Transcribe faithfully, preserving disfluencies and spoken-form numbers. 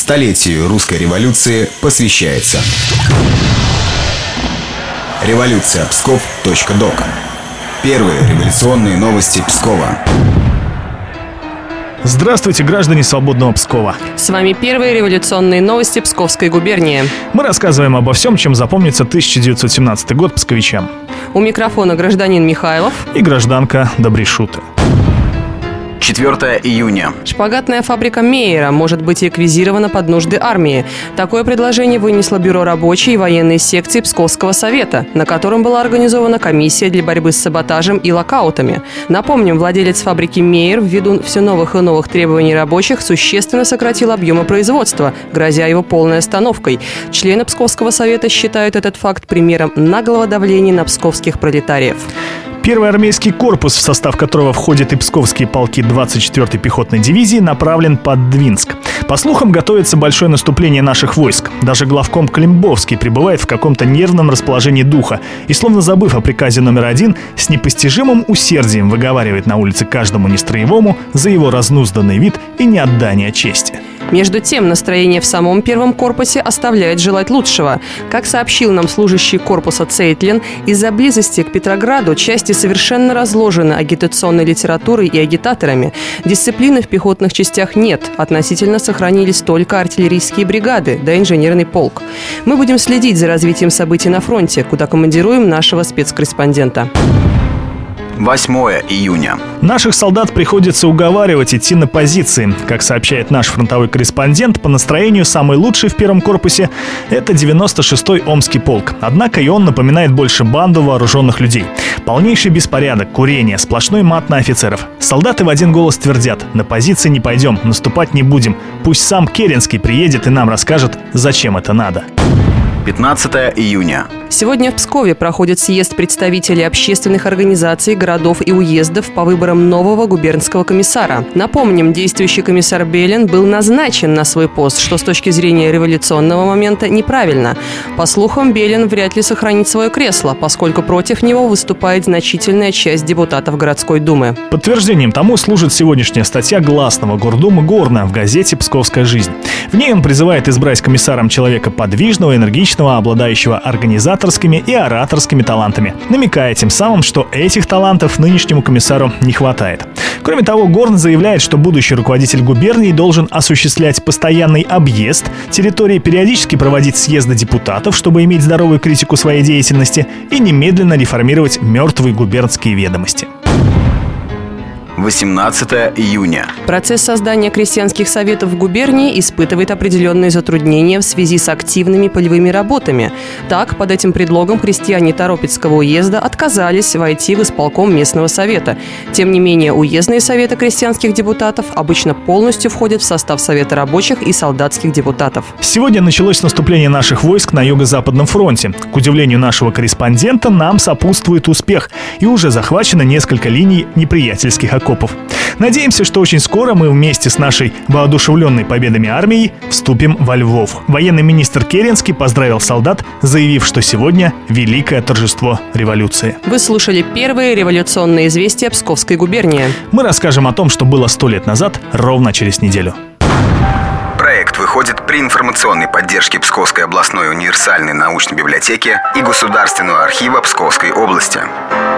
Столетию русской революции посвящается. Революция Псков точка док. Первые революционные новости Пскова. Здравствуйте, граждане свободного Пскова. С вами первые революционные новости Псковской губернии. Мы рассказываем обо всем, чем запомнится тысяча девятьсот семнадцатый год псковичам. У микрофона гражданин Михайлов и гражданка Добришута. четвёртого июня. Шпагатная фабрика Мейера может быть реквизирована под нужды армии. Такое предложение вынесло Бюро рабочей и военной секции Псковского совета, на котором была организована комиссия для борьбы с саботажем и локаутами. Напомним, владелец фабрики Мейер ввиду все новых и новых требований рабочих существенно сократил объемы производства, грозя его полной остановкой. Члены Псковского совета считают этот факт примером наглого давления на псковских пролетариев. Первый армейский корпус, в состав которого входят и псковские полки двадцать четвёртой пехотной дивизии, направлен под Двинск. По слухам, готовится большое наступление наших войск. Даже главком Климбовский пребывает в каком-то нервном расположении духа и, словно забыв о приказе номер один, с непостижимым усердием выговаривает на улице каждому нестроевому за его разнузданный вид и неотдание чести. Между тем, настроение в самом первом корпусе оставляет желать лучшего. Как сообщил нам служащий корпуса Цейтлин, из-за близости к Петрограду части совершенно разложены агитационной литературой и агитаторами. Дисциплины в пехотных частях нет. Относительно сохранились только артиллерийские бригады да инженерный полк. Мы будем следить за развитием событий на фронте, куда командируем нашего спецкорреспондента. восьмого июня. Наших солдат приходится уговаривать идти на позиции. Как сообщает наш фронтовой корреспондент, по настроению самый лучший в первом корпусе – это девяносто шестой Омский полк. Однако и он напоминает больше банду вооруженных людей. Полнейший беспорядок, курение, сплошной мат на офицеров. Солдаты в один голос твердят: на позиции не пойдем, наступать не будем. Пусть сам Керенский приедет и нам расскажет, зачем это надо. пятнадцатого июня. Сегодня в Пскове проходит съезд представителей общественных организаций, городов и уездов по выборам нового губернского комиссара. Напомним, действующий комиссар Белин был назначен на свой пост, что с точки зрения революционного момента неправильно. По слухам, Белин вряд ли сохранит свое кресло, поскольку против него выступает значительная часть депутатов городской думы. Подтверждением тому служит сегодняшняя статья гласного гордума Горна в газете «Псковская жизнь». В ней он призывает избрать комиссаром человека подвижного, энергичного, обладающего организаторскими и ораторскими талантами, намекая тем самым, что этих талантов нынешнему комиссару не хватает. Кроме того, Горн заявляет, что будущий руководитель губернии должен осуществлять постоянный объезд территории, периодически проводить съезды депутатов, чтобы иметь здоровую критику своей деятельности, и немедленно реформировать мертвые губернские ведомости. восемнадцатого июня. Процесс создания крестьянских советов в губернии испытывает определенные затруднения в связи с активными полевыми работами. Так, под этим предлогом крестьяне Торопецкого уезда отказались войти в исполком местного совета. Тем не менее, уездные советы крестьянских депутатов обычно полностью входят в состав Совета рабочих и солдатских депутатов. Сегодня началось наступление наших войск на Юго-Западном фронте. К удивлению нашего корреспондента, нам сопутствует успех, и уже захвачено несколько линий неприятельских окопов. Надеемся, что очень скоро мы вместе с нашей воодушевленной победами армией вступим во Львов. Военный министр Керенский поздравил солдат, заявив, что сегодня великое торжество революции. Вы слушали первые революционные известия Псковской губернии. Мы расскажем о том, что было сто лет назад, ровно через неделю. Проект выходит при информационной поддержке Псковской областной универсальной научной библиотеки и Государственного архива Псковской области.